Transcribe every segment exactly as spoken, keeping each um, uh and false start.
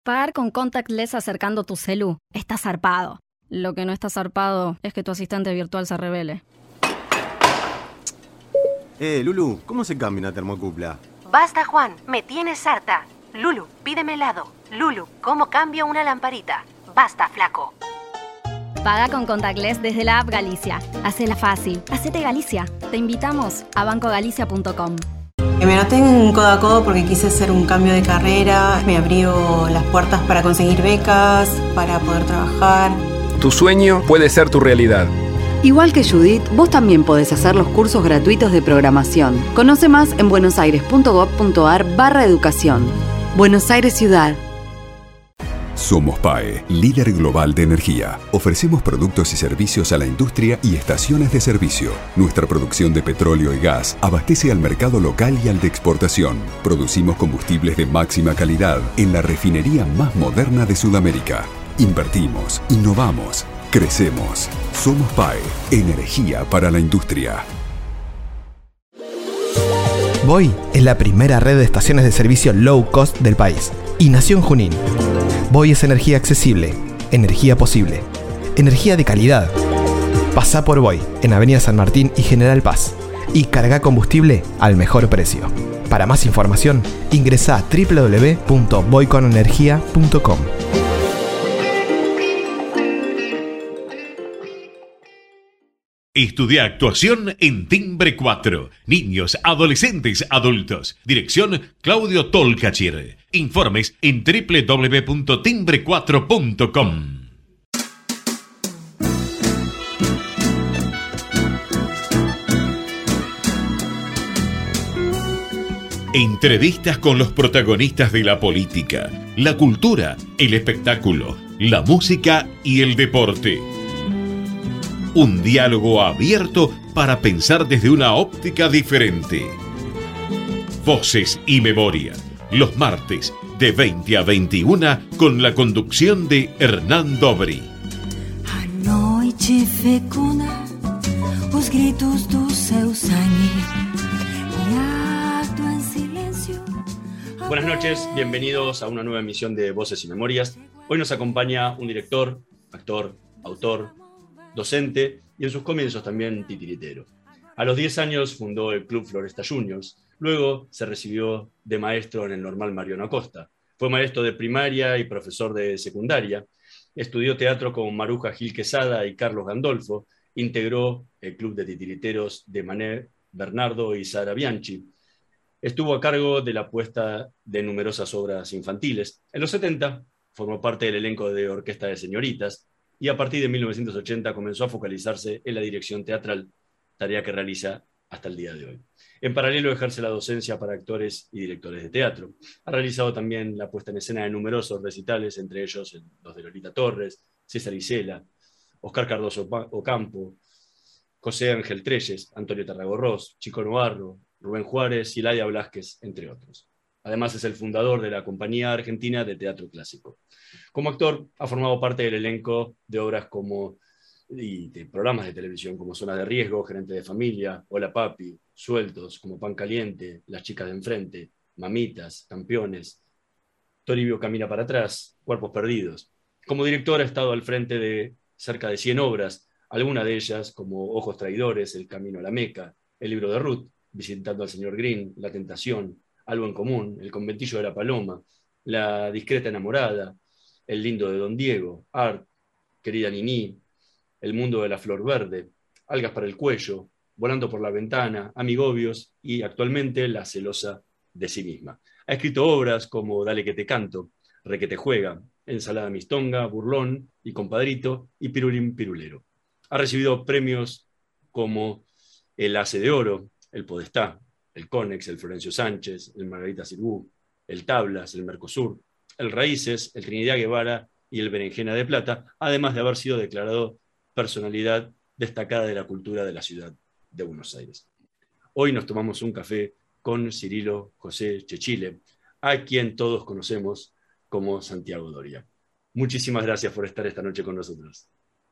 Pagar con contactless acercando tu celu está zarpado. Lo que no está zarpado es que tu asistente virtual se revele. Eh, Lulu, ¿cómo se cambia una termocupla? Basta, Juan, me tienes harta. Lulu, pídeme helado. Lulu, ¿cómo cambio una lamparita? Basta, flaco. Paga con contactless desde la app Galicia. Hacela fácil. Hacete Galicia. Te invitamos a banco galicia punto com. Me anoté en Codo a Codo porque quise hacer un cambio de carrera. Me abrió las puertas para conseguir becas, para poder trabajar. Tu sueño puede ser tu realidad. Igual que Judith, vos también podés hacer los cursos gratuitos de programación. Conoce más en buenosaires.gov.ar barra educación. Buenos Aires Ciudad. Somos P A E, líder global de energía. Ofrecemos productos y servicios a la industria y estaciones de servicio. Nuestra producción de petróleo y gas abastece al mercado local y al de exportación. Producimos combustibles de máxima calidad en la refinería más moderna de Sudamérica. Invertimos, innovamos, crecemos. Somos P A E, energía para la industria. Voy es la primera red de estaciones de servicio low cost del país y nació en Junín. Voy es energía accesible, energía posible, energía de calidad. Pasá por Voy en Avenida San Martín y General Paz y carga combustible al mejor precio. Para más información, ingresá a doble u doble u doble u punto voy con energía punto com. Estudia actuación en Timbre cuatro. Niños, adolescentes, adultos. Dirección Claudio Tolcachir. Informes en doble u doble u doble u punto timbre cuatro punto com. Entrevistas con los protagonistas de la política, la cultura, el espectáculo, la música y el deporte. Un diálogo abierto para pensar desde una óptica diferente. Voces y Memoria, los martes de veinte a veintiuna con la conducción de Hernán Dobri. A noite fecunda, os gritos do seu sangue e acto en silencio. Buenas noches, bienvenidos a una nueva emisión de Voces y Memorias. Hoy nos acompaña un director, actor, autor, docente y en sus comienzos también titiritero. A los diez años fundó el Club Floresta Juniors, luego se recibió de maestro en el Normal Mariano Acosta. Fue maestro de primaria y profesor de secundaria, estudió teatro con Maruja Gil Quesada y Carlos Gandolfo, integró el Club de Titiriteros de Mané, Bernardo y Sara Bianchi. Estuvo a cargo de la puesta de numerosas obras infantiles. En los setenta formó parte del elenco de Orquesta de Señoritas, y a partir de mil novecientos ochenta comenzó a focalizarse en la dirección teatral, tarea que realiza hasta el día de hoy. En paralelo ejerce la docencia para actores y directores de teatro. Ha realizado también la puesta en escena de numerosos recitales, entre ellos los de Lolita Torres, César Isela, Oscar Cardoso Ocampo, José Ángel Treyes, Antonio Tarragorros, Chico Novarro, Rubén Juárez y Ladia Blasquez, entre otros. Además es el fundador de la Compañía Argentina de Teatro Clásico. Como actor ha formado parte del elenco de obras como, y de programas de televisión como Zonas de Riesgo, Gerente de Familia, Hola Papi, Sueltos, como Pan Caliente, Las Chicas de Enfrente, Mamitas, Campeones, Toribio Camina para Atrás, Cuerpos Perdidos. Como director ha estado al frente de cerca de cien obras, algunas de ellas como Ojos Traidores, El Camino a la Meca, El Libro de Ruth, Visitando al Señor Green, La Tentación, Algo en Común, El Conventillo de la Paloma, La Discreta Enamorada, El Lindo de Don Diego, Art, Querida Niní, El Mundo de la Flor Verde, Algas para el Cuello, Volando por la Ventana, Amigobios y actualmente La Celosa de sí misma. Ha escrito obras como Dale que te canto, Re que te juega, Ensalada Mistonga, Burlón y Compadrito y Pirulín Pirulero. Ha recibido premios como el Ace de Oro, el Podestá, el Conex, el Florencio Sánchez, el Margarita Sirú, el Tablas, el Mercosur, el Raíces, el Trinidad Guevara y el Berenjena de Plata, además de haber sido declarado personalidad destacada de la cultura de la ciudad de Buenos Aires. Hoy nos tomamos un café con Cirilo José Chechile, a quien todos conocemos como Santiago Doria. Muchísimas gracias por estar esta noche con nosotros.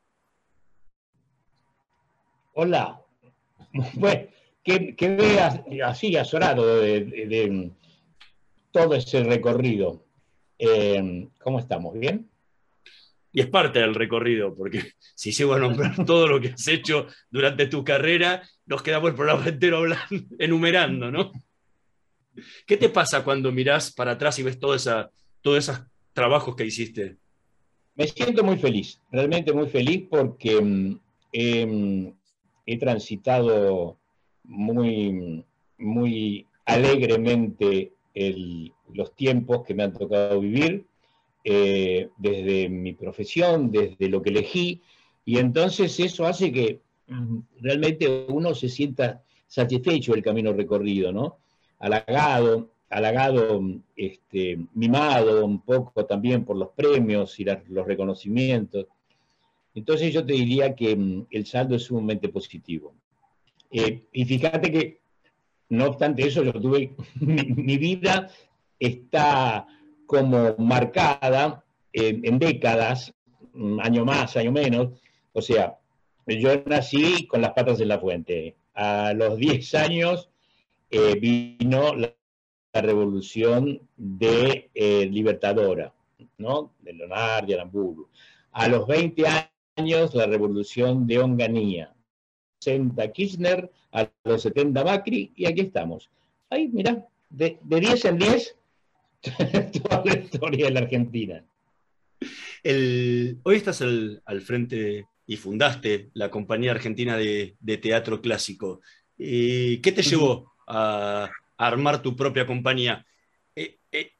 Hola. Bueno, que, que veas así azorado de, de, de todo ese recorrido. Eh, ¿Cómo estamos? ¿Bien? Y es parte del recorrido, porque si llego a nombrar todo lo que has hecho durante tu carrera, nos quedamos el programa entero hablando, enumerando, ¿no? ¿Qué te pasa cuando mirás para atrás y ves toda esa, todos esos trabajos que hiciste? Me siento muy feliz, realmente muy feliz, porque eh, he transitado muy, muy alegremente el, los tiempos que me han tocado vivir, eh, desde mi profesión, desde lo que elegí, y entonces eso hace que realmente uno se sienta satisfecho del camino recorrido, ¿no? Halagado, halagado, este, mimado un poco también por los premios y la, los reconocimientos. Entonces yo te diría que um, el saldo es sumamente positivo. Eh, y fíjate que, no obstante eso, yo tuve, mi, mi vida está como marcada en, en décadas, un año más, año menos. O sea, yo nací con las patas en la fuente. A los diez años eh, vino la, la revolución de eh, Libertadora, ¿no? De Leonardo y Aramburu. A los veinte años, la revolución de Onganía. sesenta Kirchner, a los setenta Macri, y aquí estamos. Ahí, mirá, de, de diez en diez, toda la historia de la Argentina. El, hoy estás al, al frente y fundaste la Compañía Argentina de, de Teatro Clásico. Eh, ¿Qué te llevó a, a armar tu propia compañía? Eh, eh.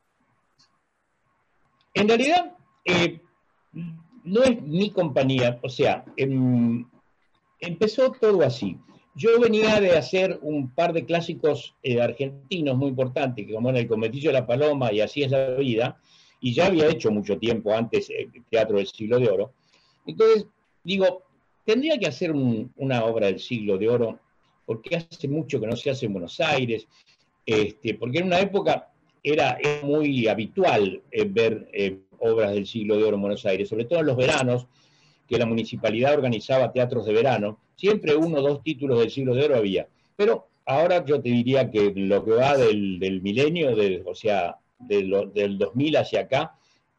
En realidad, eh, no es mi compañía, o sea, em, empezó todo así. Yo venía de hacer un par de clásicos eh, argentinos muy importantes, que como en El Conventillo de la Paloma y Así es la vida, y ya había hecho mucho tiempo antes el eh, Teatro del Siglo de Oro. Entonces, digo, tendría que hacer un, una obra del Siglo de Oro, porque hace mucho que no se hace en Buenos Aires, este, porque en una época era, era muy habitual eh, ver eh, obras del Siglo de Oro en Buenos Aires, sobre todo en los veranos, que la municipalidad organizaba teatros de verano, siempre uno o dos títulos del Siglo de Oro había. Pero ahora yo te diría que lo que va del, del milenio, del, o sea, de lo, del dos mil hacia acá,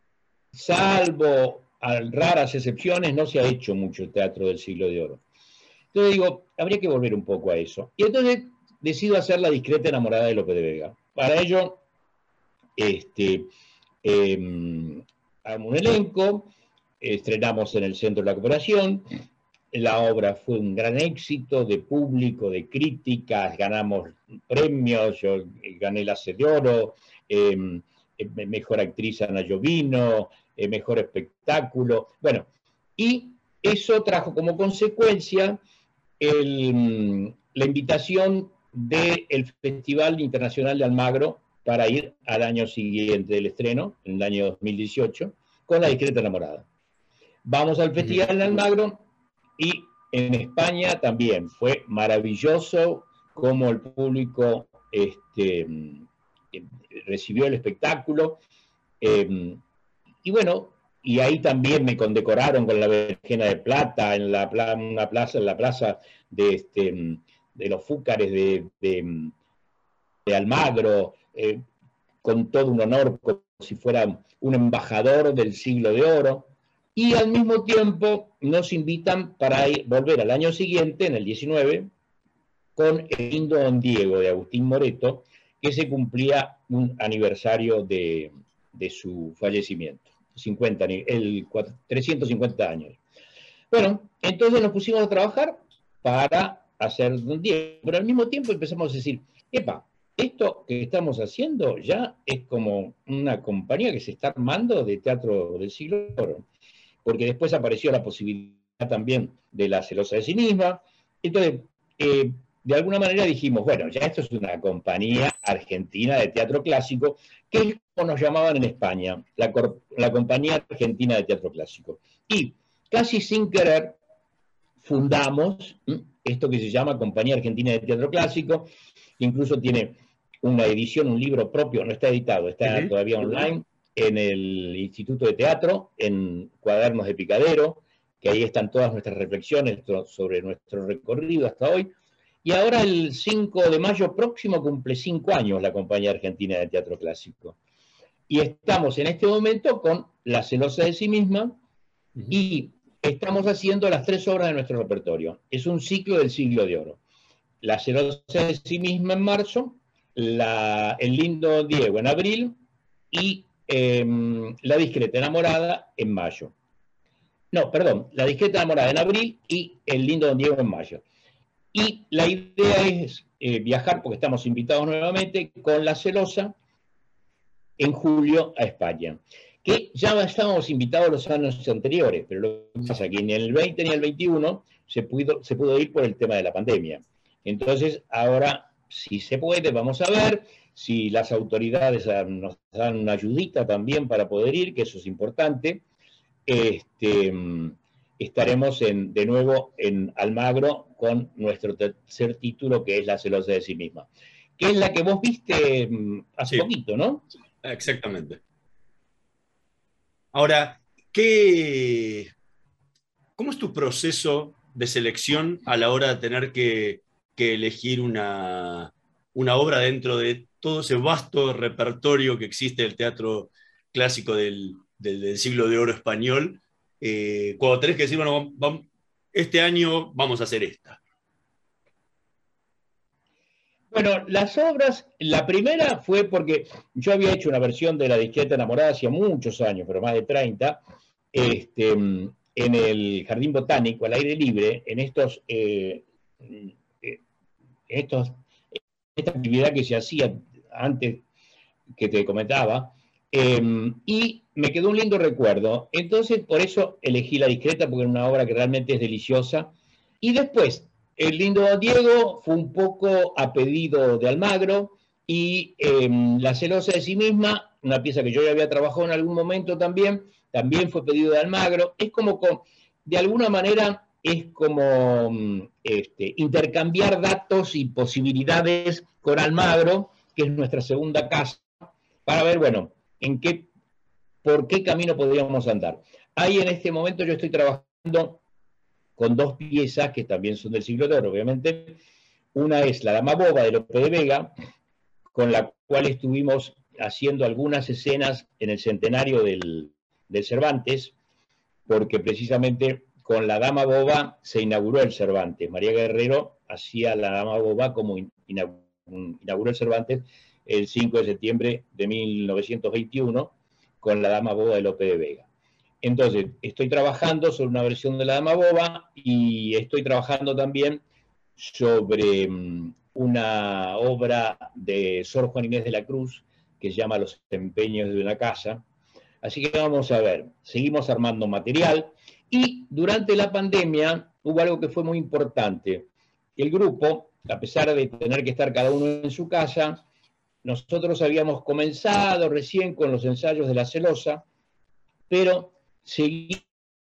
salvo a raras excepciones, no se ha hecho mucho teatro del Siglo de Oro. Entonces digo, habría que volver un poco a eso. Y entonces decido hacer La discreta enamorada de Lope de Vega. Para ello, este, eh, armo un elenco, estrenamos en el Centro de la Cooperación, la obra fue un gran éxito de público, de críticas, ganamos premios, yo gané el Ace de Oro, eh, mejor actriz Ana Llovino, eh, mejor espectáculo, bueno, y eso trajo como consecuencia el, la invitación del Festival Internacional de Almagro para ir al año siguiente del estreno, en el año dos mil dieciocho, con La discreta enamorada. Vamos al Festival de Almagro y en España también fue maravilloso cómo el público este, recibió el espectáculo. Eh, y bueno, y ahí también me condecoraron con la Berenjena de Plata en la, una plaza, en la plaza de, este, de los Fúcares de, de, de Almagro, eh, con todo un honor, como si fuera un embajador del Siglo de Oro. Y al mismo tiempo nos invitan para ir, volver al año siguiente, en el diecinueve, con El lindo Don Diego de Agustín Moreto, que se cumplía un aniversario de, de su fallecimiento, cincuenta, el trescientos cincuenta años. Bueno, entonces nos pusimos a trabajar para hacer Don Diego, pero al mismo tiempo empezamos a decir, epa, esto que estamos haciendo ya es como una compañía que se está armando de teatro del Siglo de Oro, porque después apareció la posibilidad también de La celosa de sí misma. Entonces, eh, de alguna manera dijimos, bueno, ya esto es una compañía argentina de teatro clásico, que es como nos llamaban en España, la, la Compañía Argentina de Teatro Clásico. Y casi sin querer fundamos ¿m? esto que se llama Compañía Argentina de Teatro Clásico, que incluso tiene una edición, un libro propio, no está editado, está uh-huh. todavía online, en el Instituto de Teatro, en Cuadernos de Picadero, que ahí están todas nuestras reflexiones sobre nuestro recorrido hasta hoy. Y ahora el cinco de mayo próximo cumple cinco años la Compañía Argentina de Teatro Clásico. Y estamos en este momento con La celosa de sí misma y estamos haciendo las tres obras de nuestro repertorio. Es un ciclo del siglo de oro. La celosa de sí misma en marzo, la, El lindo Diego en abril y eh, La discreta enamorada en mayo. No, perdón, La discreta enamorada en abril y El lindo Don Diego en mayo. Y la idea es eh, viajar, porque estamos invitados nuevamente, con La celosa en julio a España. Que ya estábamos invitados los años anteriores, pero lo que pasa es que ni en el veinte ni en el veintiuno se pudo, se pudo ir por el tema de la pandemia. Entonces, ahora, si se puede, vamos a ver si las autoridades nos dan una ayudita también para poder ir, que eso es importante. Este, estaremos en, de nuevo en Almagro con nuestro tercer título, que es La celosa de sí misma, que es la que vos viste hace Sí. poquito, ¿no? Exactamente. Ahora, ¿qué, ¿cómo es tu proceso de selección a la hora de tener que, que elegir una, una obra dentro de todo ese vasto repertorio que existe del teatro clásico del, del, del siglo de oro español? Eh, cuando tenés que decir, bueno, vamos, este año vamos a hacer esta. Bueno, las obras, la primera fue porque yo había hecho una versión de La discreta enamorada hacía muchos años, pero más de treinta, este, en el Jardín Botánico, al aire libre, en estos, eh, en estos, esta actividad que se hacía antes que te comentaba, eh, y me quedó un lindo recuerdo. Entonces, por eso elegí La discreta, porque es una obra que realmente es deliciosa. Y después, El lindo Diego fue un poco a pedido de Almagro, y eh, La celosa de sí misma, una pieza que yo ya había trabajado en algún momento también, también fue pedido de Almagro. Es como, con, de alguna manera, es como este, intercambiar datos y posibilidades con Almagro, que es nuestra segunda casa, para ver, bueno, en qué, por qué camino podríamos andar. Ahí en este momento yo estoy trabajando con dos piezas que también son del siglo de oro, obviamente. Una es La dama boba de Lope de Vega, con la cual estuvimos haciendo algunas escenas en el centenario del, del Cervantes, porque precisamente con La dama boba se inauguró el Cervantes. María Guerrero hacía La dama boba como inauguró el Cervantes el cinco de septiembre de mil novecientos veintiuno, con La dama boba de Lope de Vega. Entonces, estoy trabajando sobre una versión de La dama boba y estoy trabajando también sobre una obra de Sor Juana Inés de la Cruz que se llama Los empeños de una casa. Así que vamos a ver, seguimos armando material y durante la pandemia hubo algo que fue muy importante. El grupo, a pesar de tener que estar cada uno en su casa, nosotros habíamos comenzado recién con los ensayos de La celosa, pero seguimos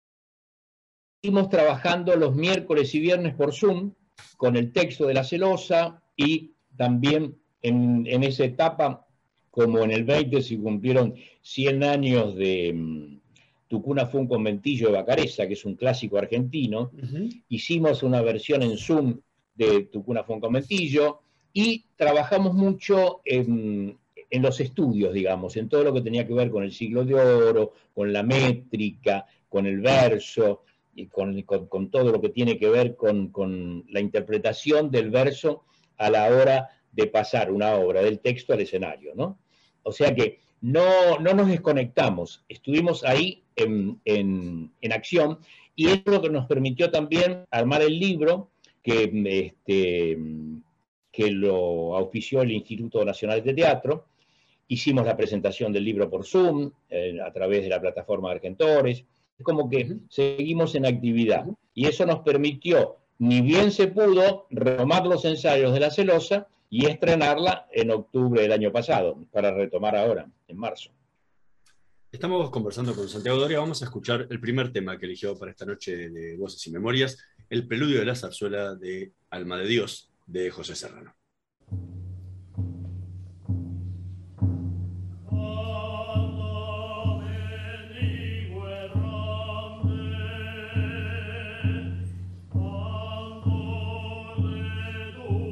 trabajando los miércoles y viernes por Zoom con el texto de La celosa y también en, en esa etapa, como en el veinte se cumplieron cien años de um, Tu cuna fue un conventillo de Vacareza, que es un clásico argentino, uh-huh. Hicimos una versión en Zoom de Tu cuna fue un conventillo y trabajamos mucho en, en los estudios, digamos, en todo lo que tenía que ver con el siglo de oro, con la métrica, con el verso, y con, con, con todo lo que tiene que ver con, con la interpretación del verso a la hora de pasar una obra del texto al escenario, ¿no? O sea que no, no nos desconectamos, estuvimos ahí en, en, en acción, y es lo que nos permitió también armar el libro que, este, que lo auspició el Instituto Nacional de Teatro. Hicimos la presentación del libro por Zoom, eh, a través de la plataforma de Argentores. Es como que uh-huh. seguimos en actividad. Y eso nos permitió, ni bien se pudo, retomar los ensayos de La celosa y estrenarla en octubre del año pasado, para retomar ahora, en marzo. Estamos conversando con Santiago Doria. Vamos a escuchar el primer tema que eligió para esta noche de Voces y Memorias, el preludio de la zarzuela de Alma de Dios, de José Serrano.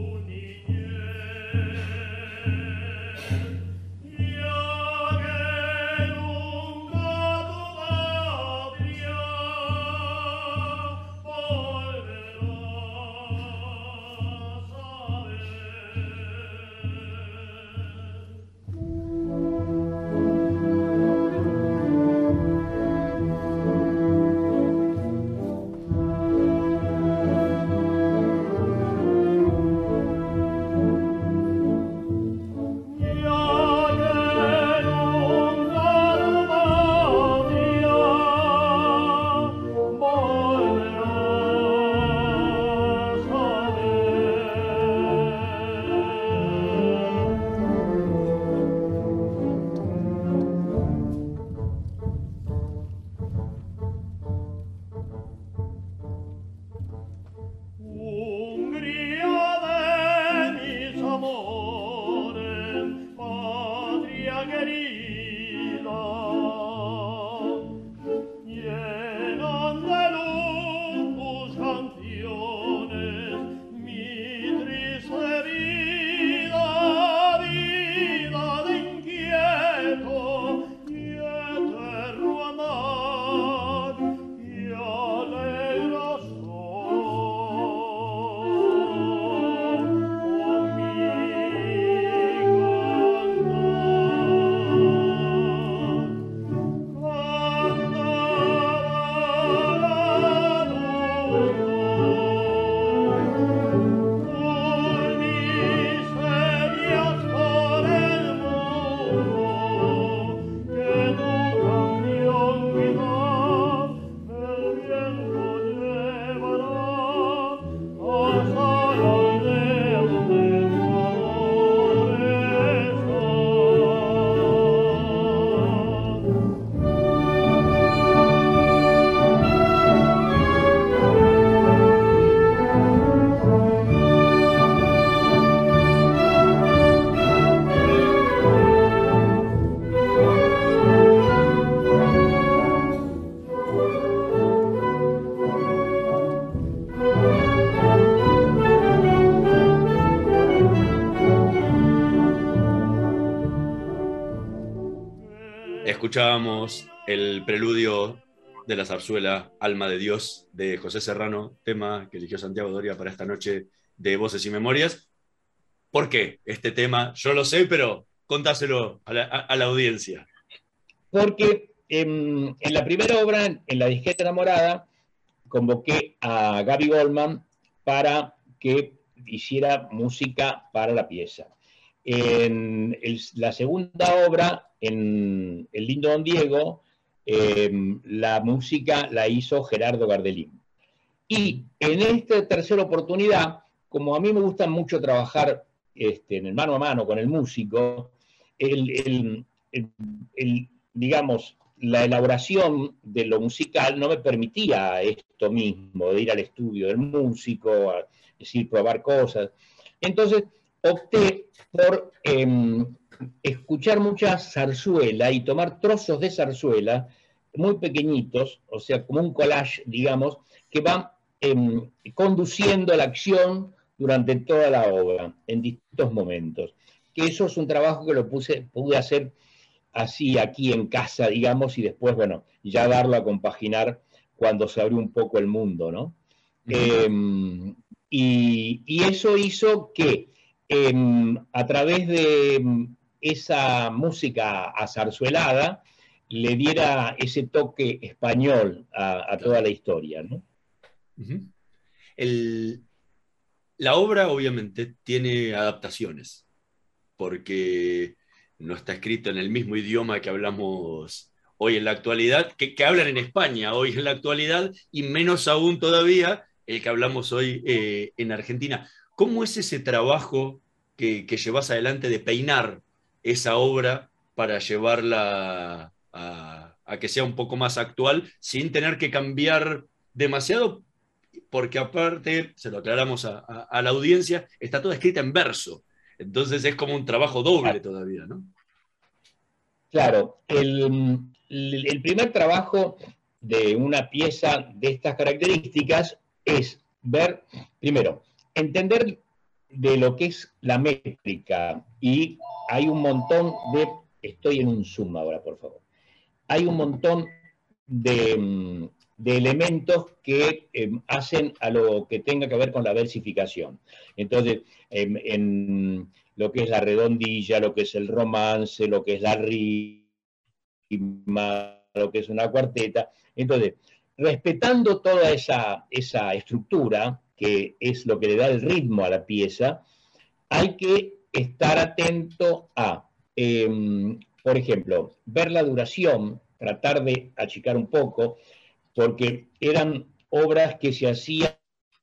Yeah. escuchábamos el preludio de la zarzuela Alma de Dios de José Serrano, tema que eligió Santiago Doria para esta noche de Voces y Memorias. ¿Por qué este tema? Yo lo sé, pero contáselo a la, a, a la audiencia. Porque en, en la primera obra, en La disqueta enamorada, convoqué a Gaby Goldman para que hiciera música para la pieza. En el, la segunda obra, en El lindo Don Diego, eh, la música la hizo Gerardo Gardelín. Y en esta tercera oportunidad, como a mí me gusta mucho trabajar este, en el mano a mano con el músico, el, el, el, el, digamos, la elaboración de lo musical no me permitía esto mismo, de ir al estudio del músico, a, es decir, probar cosas. Entonces opté por eh, escuchar mucha zarzuela y tomar trozos de zarzuela muy pequeñitos, o sea, como un collage, digamos, que van eh, conduciendo la acción durante toda la obra, en distintos momentos. Que eso es un trabajo que lo puse, pude hacer así aquí en casa, digamos, y después, bueno, ya darlo a compaginar cuando se abrió un poco el mundo, ¿no? Uh-huh. eh, y, y eso hizo que eh, a través de esa música azarzuelada le diera ese toque español a, a toda la historia, ¿no? Uh-huh. El, la obra, obviamente, tiene adaptaciones, porque no está escrito en el mismo idioma que hablamos hoy en la actualidad, que, que hablan en España hoy en la actualidad, y menos aún todavía el que hablamos hoy eh, en Argentina. ¿Cómo es ese trabajo que, que llevas adelante de peinar esa obra para llevarla a, a que sea un poco más actual, sin tener que cambiar demasiado? Porque aparte, se lo aclaramos a, a, a la audiencia, está toda escrita en verso. Entonces es como un trabajo doble todavía, ¿no? Claro, el, el primer trabajo de una pieza de estas características es ver, primero, entender de lo que es la métrica, y hay un montón de, estoy en un zoom ahora, por favor, hay un montón de, de elementos que eh, hacen a lo que tenga que ver con la versificación. Entonces, en, en lo que es la redondilla, lo que es el romance, lo que es la rima, lo que es una cuarteta. Entonces, respetando toda esa, esa estructura, que es lo que le da el ritmo a la pieza, hay que estar atento a, eh, por ejemplo, ver la duración, tratar de achicar un poco, porque eran obras que se hacían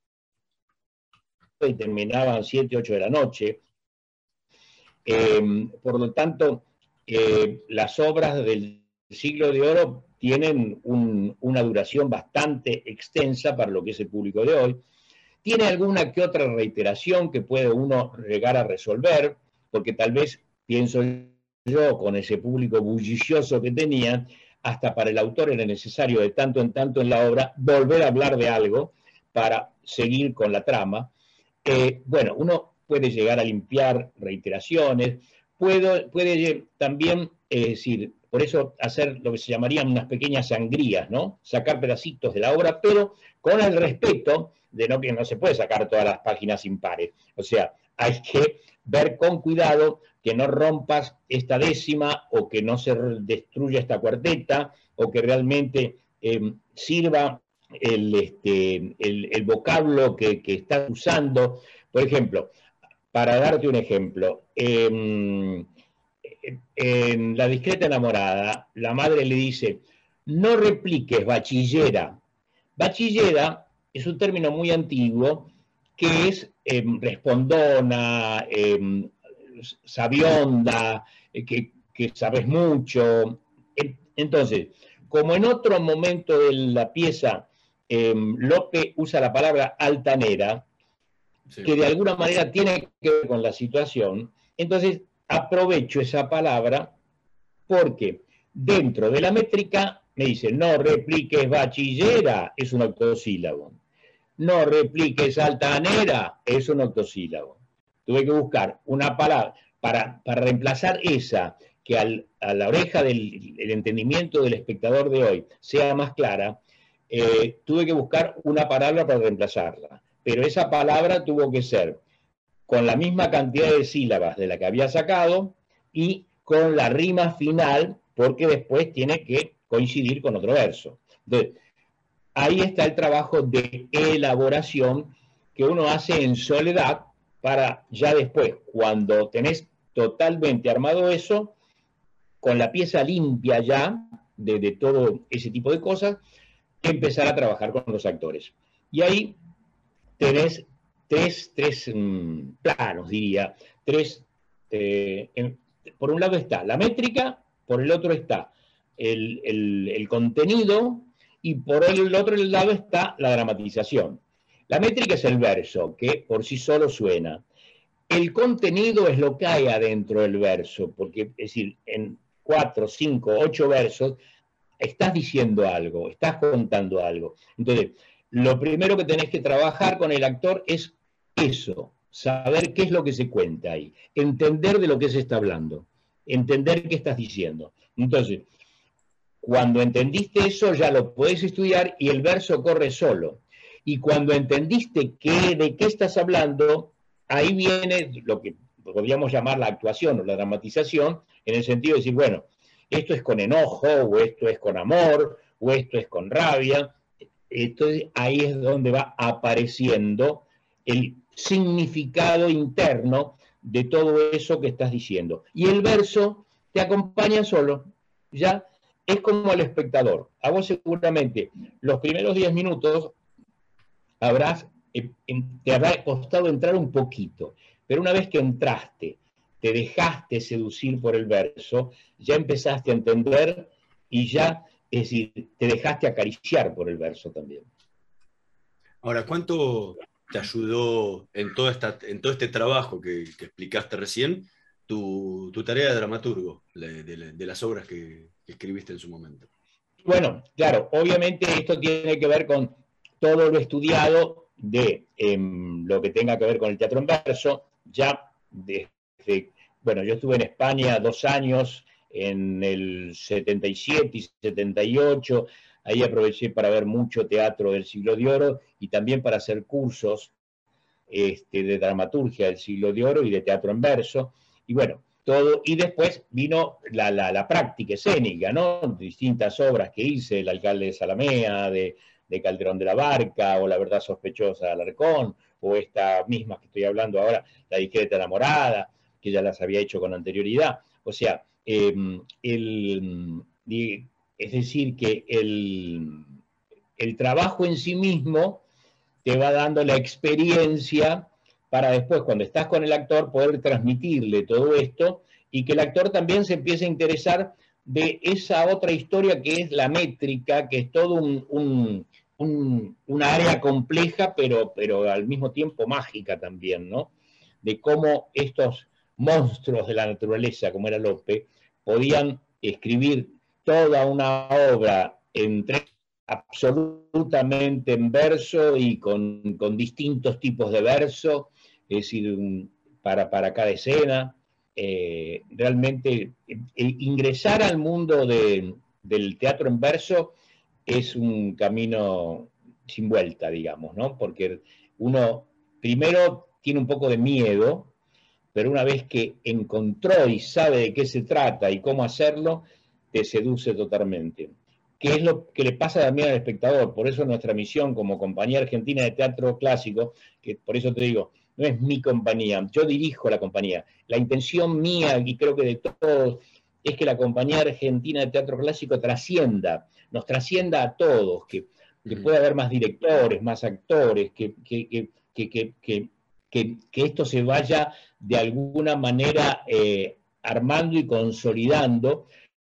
y terminaban siete, ocho de la noche. Eh, por lo tanto, eh, las obras del Siglo de Oro tienen un, una duración bastante extensa para lo que es el público de hoy. Tiene alguna que otra reiteración que puede uno llegar a resolver, porque tal vez, pienso yo, con ese público bullicioso que tenía, hasta para el autor era necesario de tanto en tanto en la obra volver a hablar de algo para seguir con la trama. Eh, bueno, uno puede llegar a limpiar reiteraciones, puedo, puede también, es eh, decir, por eso hacer lo que se llamarían unas pequeñas sangrías, ¿no? Sacar pedacitos de la obra, pero con el respeto de no que no se puede sacar todas las páginas impares. O sea, hay que ver con cuidado que no rompas esta décima, o que no se destruya esta cuarteta, o que realmente eh, sirva el, este, el, el vocablo que, que estás usando. Por ejemplo, para darte un ejemplo, eh, en La discreta enamorada, la madre le dice, no repliques bachillera. Bachillera es un término muy antiguo que es eh, respondona, eh, sabionda, eh, que, que sabes mucho. Entonces, como en otro momento de la pieza, eh, Lope usa la palabra altanera, sí, que de alguna manera tiene que ver con la situación, entonces aprovecho esa palabra porque dentro de la métrica me dice, no repliques bachillera, es un octosílabo. No repliques altanera, es un octosílabo. Tuve que buscar una palabra para, para reemplazar esa, que al, a la oreja del el entendimiento del espectador de hoy sea más clara, eh, tuve que buscar una palabra para reemplazarla. Pero esa palabra tuvo que ser con la misma cantidad de sílabas de la que había sacado y con la rima final, porque después tiene que coincidir con otro verso. Entonces, ahí está el trabajo de elaboración que uno hace en soledad para ya después, cuando tenés totalmente armado eso, con la pieza limpia ya de, de todo ese tipo de cosas, empezar a trabajar con los actores. Y ahí tenés tres, tres mmm, planos, diría, tres, eh, en, por un lado está la métrica, por el otro está el, el, el contenido, y por el otro lado está la dramatización. La métrica es el verso, que por sí solo suena. El contenido es lo que hay adentro del verso, porque, es decir, en cuatro, cinco, ocho versos, estás diciendo algo, estás contando algo. Entonces, lo primero que tenés que trabajar con el actor es eso, saber qué es lo que se cuenta ahí, entender de lo que se está hablando, entender qué estás diciendo. Entonces, cuando entendiste eso, ya lo podés estudiar y el verso corre solo. Y cuando entendiste qué, de qué estás hablando, ahí viene lo que podríamos llamar la actuación o la dramatización, en el sentido de decir, bueno, esto es con enojo, o esto es con amor, o esto es con rabia. Entonces ahí es donde va apareciendo el significado interno de todo eso que estás diciendo. Y el verso te acompaña solo, ya es como el espectador. A vos seguramente los primeros diez minutos habrás, eh, te habrá costado entrar un poquito, pero una vez que entraste, te dejaste seducir por el verso, ya empezaste a entender y ya, es decir, te dejaste acariciar por el verso también. Ahora, ¿cuánto te ayudó en, toda esta, en todo este trabajo que, que explicaste recién, tu, tu tarea de dramaturgo, de, de, de las obras que, que escribiste en su momento? Bueno, claro, obviamente esto tiene que ver con todo lo estudiado de eh, lo que tenga que ver con el teatro en verso. Ya desde, bueno, yo estuve en España dos años, en el setenta y siete y setenta y ocho, ahí aproveché para ver mucho teatro del Siglo de Oro y también para hacer cursos este, de dramaturgia del Siglo de Oro y de teatro en verso, y bueno, todo, y después vino la, la, la práctica escénica, ¿no? Distintas obras que hice, El alcalde de Zalamea, de de Calderón de la Barca, o La verdad sospechosa de Alarcón, o esta misma que estoy hablando ahora, La discreta enamorada, que ya las había hecho con anterioridad. O sea, eh, el, es decir, que el, el trabajo en sí mismo te va dando la experiencia para después, cuando estás con el actor, poder transmitirle todo esto, y que el actor también se empiece a interesar de esa otra historia que es la métrica, que es todo un, un, un, una área compleja, pero, pero al mismo tiempo mágica también, ¿no? De cómo estos monstruos de la naturaleza, como era Lope, podían escribir toda una obra en tres, absolutamente en verso y con, con distintos tipos de verso, es decir, un, para, para cada escena. Eh, realmente eh, ingresar al mundo de, del teatro en verso es un camino sin vuelta, digamos, ¿no? Porque uno primero tiene un poco de miedo, pero una vez que encontró y sabe de qué se trata y cómo hacerlo, te seduce totalmente. ¿Qué es lo que le pasa también al espectador? Por eso nuestra misión como Compañía Argentina de Teatro Clásico, que por eso te digo, no es mi compañía, yo dirijo la compañía. La intención mía, y creo que de todos, es que la Compañía Argentina de Teatro Clásico trascienda, nos trascienda a todos, que, que pueda haber más directores, más actores, que, que, que, que, que, que, que, que esto se vaya de alguna manera eh, armando y consolidando.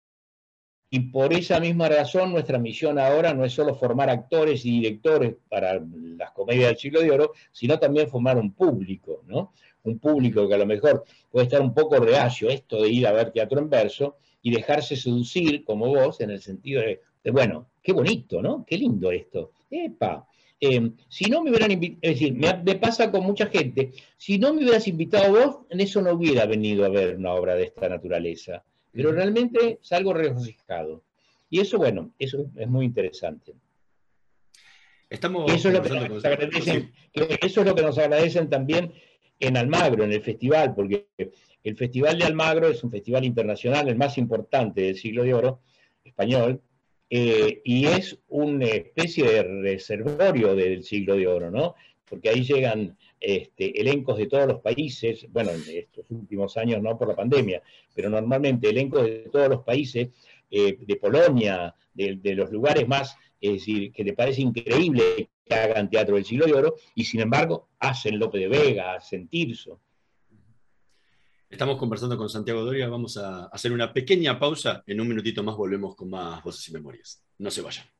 Y por esa misma razón nuestra misión ahora no es solo formar actores y directores para las comedias del Siglo de Oro, sino también formar un público, ¿no? Un público que a lo mejor puede estar un poco reacio esto de ir a ver teatro en verso y dejarse seducir, como vos, en el sentido de, de bueno, qué bonito, ¿no? Qué lindo esto. ¡Epa! Eh, si no me hubieran invitado, es decir, me, me pasa con mucha gente, si no me hubieras invitado vos, en eso no hubiera venido a ver una obra de esta naturaleza. pero realmente salgo regocijado. Y eso, bueno, eso es muy interesante. Estamos eso, es lo que nos agradecen, que eso es lo que nos agradecen también en Almagro, en el festival, porque el Festival de Almagro es un festival internacional, el más importante del Siglo de Oro español, eh, y es una especie de reservorio del Siglo de Oro, ¿no? Porque ahí llegan este, elencos de todos los países, bueno, en estos últimos años no por la pandemia, pero normalmente elencos de todos los países, eh, de Polonia, de, de los lugares más, es decir, que le parece increíble que hagan teatro del Siglo de Oro, y sin embargo hacen Lope de Vega, hacen Tirso. Estamos conversando con Santiago Doria, vamos a hacer una pequeña pausa, en un minutito más volvemos con más Voces y Memorias. No se vayan.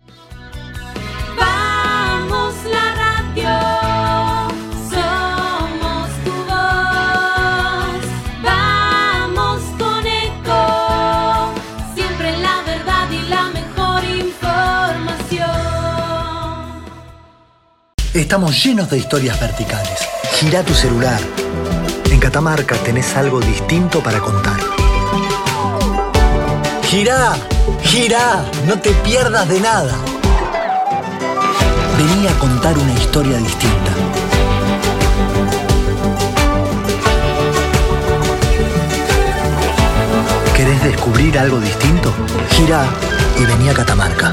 Vamos la radio, somos tu voz, vamos con eco, siempre la verdad y la mejor información. Estamos llenos de historias verticales. Gira tu celular. En Catamarca tenés algo distinto para contar. ¡Girá! ¡Girá! No te pierdas de nada. Vení a contar una historia distinta. ¿Querés descubrir algo distinto? Girá y vení a Catamarca.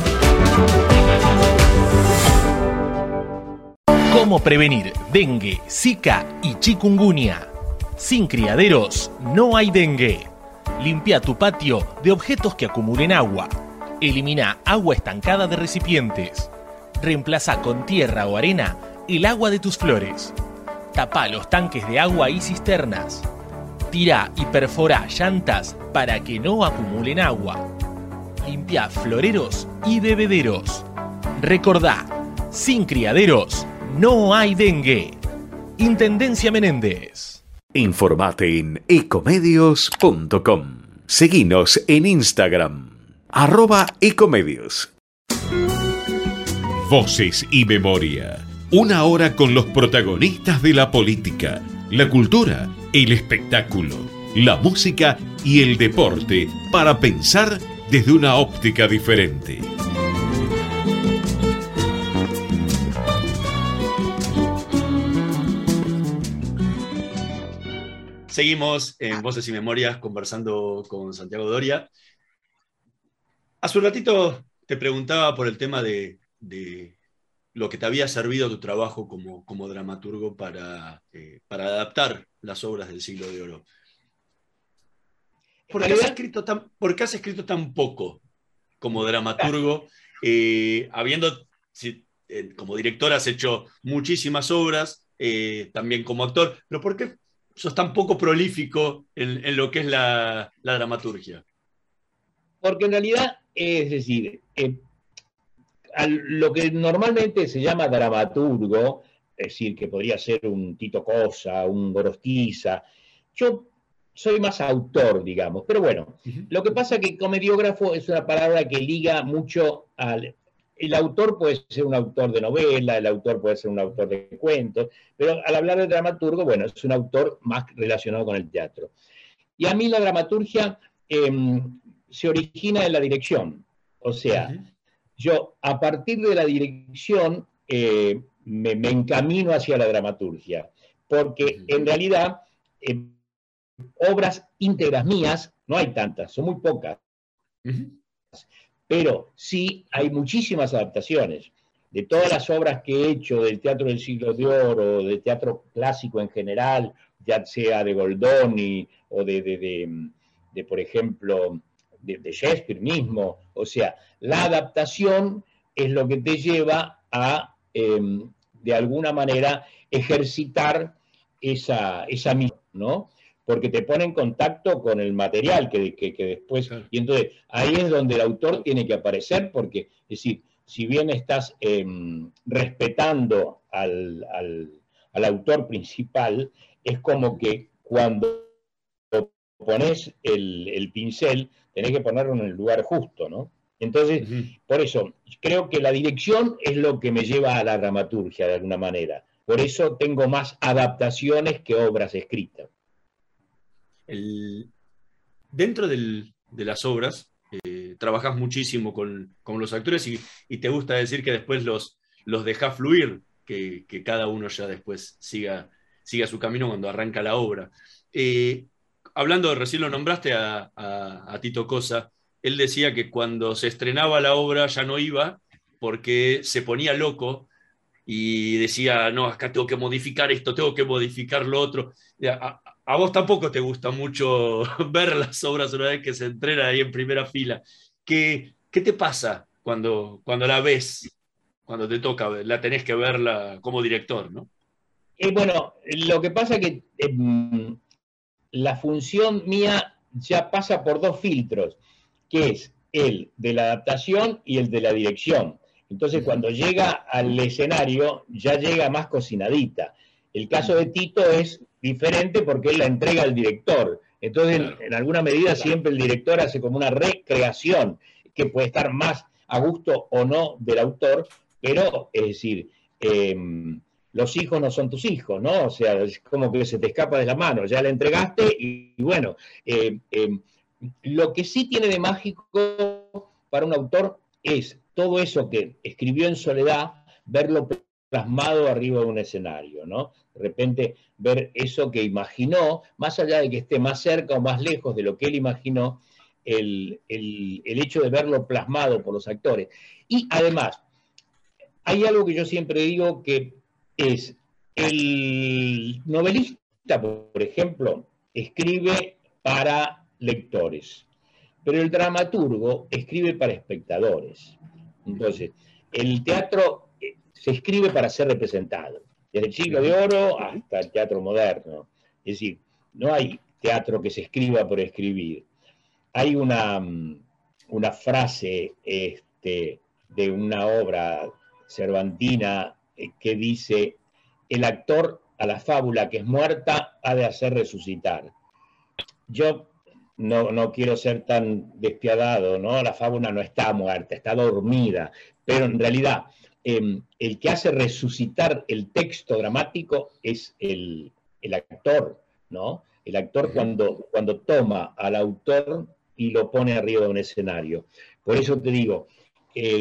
¿Cómo prevenir dengue, zika y chikungunya? Sin criaderos no hay dengue. Limpia tu patio de objetos que acumulen agua. Elimina agua estancada de recipientes. Reemplaza con tierra o arena el agua de tus flores. Tapa los tanques de agua y cisternas. Tira y perfora llantas para que no acumulen agua. Limpia floreros y bebederos. Recordá, sin criaderos no hay dengue. Intendencia Menéndez. Informate en ecomedios punto com. Seguinos en Instagram, arroba ecomedios. Voces y Memoria. Una hora con los protagonistas de la política, la cultura, el espectáculo, la música y el deporte para pensar desde una óptica diferente. Seguimos en Voces y Memorias conversando con Santiago Doria. Hace un ratito te preguntaba por el tema de, de lo que te había servido tu trabajo como, como dramaturgo para, eh, para adaptar las obras del Siglo de Oro. ¿Por qué has escrito tan, por qué has escrito tan poco como dramaturgo? Eh, habiendo, si, eh, como director has hecho muchísimas obras, eh, también como actor, pero ¿por qué sos tan poco prolífico en, en lo que es la, la dramaturgia? Porque en realidad, es decir, eh, a lo que normalmente se llama dramaturgo, es decir, que podría ser un Tito Cosa, un Gorostiza, yo soy más autor, digamos, pero bueno, uh-huh. Lo que pasa es que comediógrafo es una palabra que liga mucho al... El autor puede ser un autor de novela, el autor puede ser un autor de cuentos, pero al hablar de dramaturgo, bueno, es un autor más relacionado con el teatro. Y a mí la dramaturgia eh, se origina en la dirección. O sea, uh-huh. Yo a partir de la dirección eh, me, me encamino hacia la dramaturgia, porque uh-huh. En realidad eh, obras íntegras mías no hay tantas, son muy pocas. Uh-huh. Pero sí hay muchísimas adaptaciones. De todas las obras que he hecho del teatro del Siglo de Oro, del teatro clásico en general, ya sea de Goldoni o de, de, de, de por ejemplo, de, de Shakespeare mismo. O sea, la adaptación es lo que te lleva a, eh, de alguna manera, ejercitar esa, esa misión, ¿no? Porque te pone en contacto con el material que, que, que después... Claro. Y entonces ahí es donde el autor tiene que aparecer, porque, es decir, si bien estás eh, respetando al, al, al autor principal, es como que cuando pones el, el pincel, tenés que ponerlo en el lugar justo, ¿no? Entonces, uh-huh. Por eso, creo que la dirección es lo que me lleva a la dramaturgia, de alguna manera. Por eso tengo más adaptaciones que obras escritas. El, dentro del, de las obras, eh, trabajás muchísimo con, con los actores y, y te gusta decir que después los, los dejás fluir, que, que cada uno ya después siga, siga su camino cuando arranca la obra. Eh, hablando, recién lo nombraste a, a, a Tito Cosa, él decía que cuando se estrenaba la obra ya no iba porque se ponía loco y decía, no, acá tengo que modificar esto, tengo que modificar lo otro. A, a vos tampoco te gusta mucho ver las obras una vez que se entrenan ahí en primera fila. ¿Qué, qué te pasa cuando, cuando la ves, cuando te toca, la tenés que verla como director, ¿no? Eh, bueno, lo que pasa es que eh, la función mía ya pasa por dos filtros, que es el de la adaptación y el de la dirección. Entonces, cuando llega al escenario, ya llega más cocinadita. El caso de Tito es diferente porque él la entrega al director. Entonces, claro, en, en alguna medida, claro, siempre el director hace como una recreación, que puede estar más a gusto o no del autor, pero, es decir, eh, los hijos no son tus hijos, ¿no? O sea, es como que se te escapa de la mano, ya la entregaste y, y bueno, eh, eh, lo que sí tiene de mágico para un autor es todo eso que escribió en soledad, verlo plasmado arriba de un escenario, ¿no? De repente ver eso que imaginó, más allá de que esté más cerca o más lejos de lo que él imaginó, el, el, el hecho de verlo plasmado por los actores. Y además, hay algo que yo siempre digo que es, el novelista, por ejemplo, escribe para lectores, pero el dramaturgo escribe para espectadores. Entonces, el teatro se escribe para ser representado, desde el siglo de oro hasta el teatro moderno. Es decir, no hay teatro que se escriba por escribir. Hay una, una frase este, de una obra cervantina que dice: el actor a la fábula que es muerta ha de hacer resucitar. Yo no, no quiero ser tan despiadado, ¿no? La fábula no está muerta, está dormida, pero en realidad eh, el que hace resucitar el texto dramático es el, el actor, ¿no? El actor cuando, cuando toma al autor y lo pone arriba de un escenario. Por eso te digo, eh,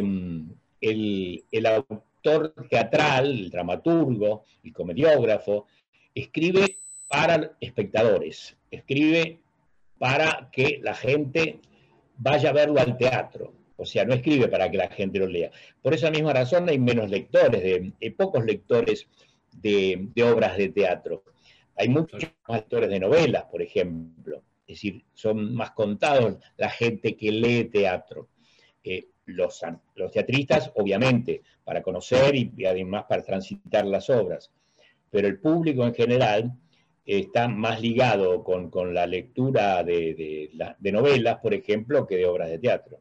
el, el autor teatral, el dramaturgo, el comediógrafo, escribe para espectadores, escribe para que la gente vaya a verlo al teatro. O sea, no escribe para que la gente lo lea. Por esa misma razón hay menos lectores, de, de pocos lectores de, de obras de teatro. Hay muchos más lectores de novelas, por ejemplo. Es decir, son más contados la gente que lee teatro. Eh, los, los teatristas, obviamente, para conocer y, y además para transitar las obras. Pero el público en general está más ligado con, con la lectura de, de, de novelas, por ejemplo, que de obras de teatro.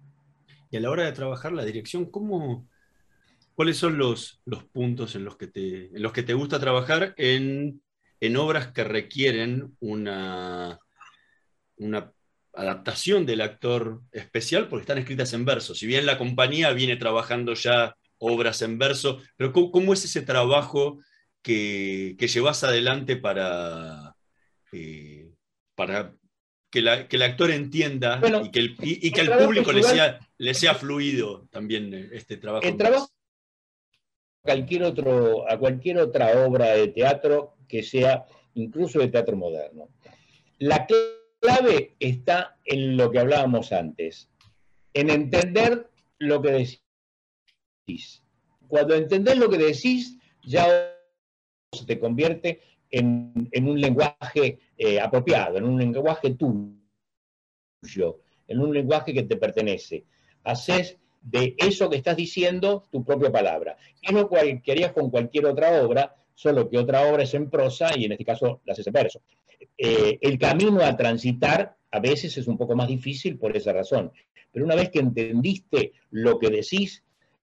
Y a la hora de trabajar la dirección, ¿cómo, ¿cuáles son los, los puntos en los que te, en los que te gusta trabajar en, en obras que requieren una, una adaptación del actor especial, porque están escritas en verso? Si bien la compañía viene trabajando ya obras en verso, pero ¿cómo, cómo es ese trabajo que, que llevas adelante para, eh, para que, la, que el actor entienda bueno, y que el, y, y que el, el público le sea, le sea fluido también este trabajo? El trabajo a cualquier, otro, a cualquier otra obra de teatro que sea incluso de teatro moderno. La clave está en lo que hablábamos antes, en entender lo que decís. Cuando entendés lo que decís, ya se te convierte en, en un lenguaje eh, apropiado, en un lenguaje tuyo, en un lenguaje que te pertenece. Haces de eso que estás diciendo tu propia palabra. Es lo que harías con cualquier otra obra, solo que otra obra es en prosa y en este caso la haces en verso. Eh, el camino a transitar a veces es un poco más difícil por esa razón, pero una vez que entendiste lo que decís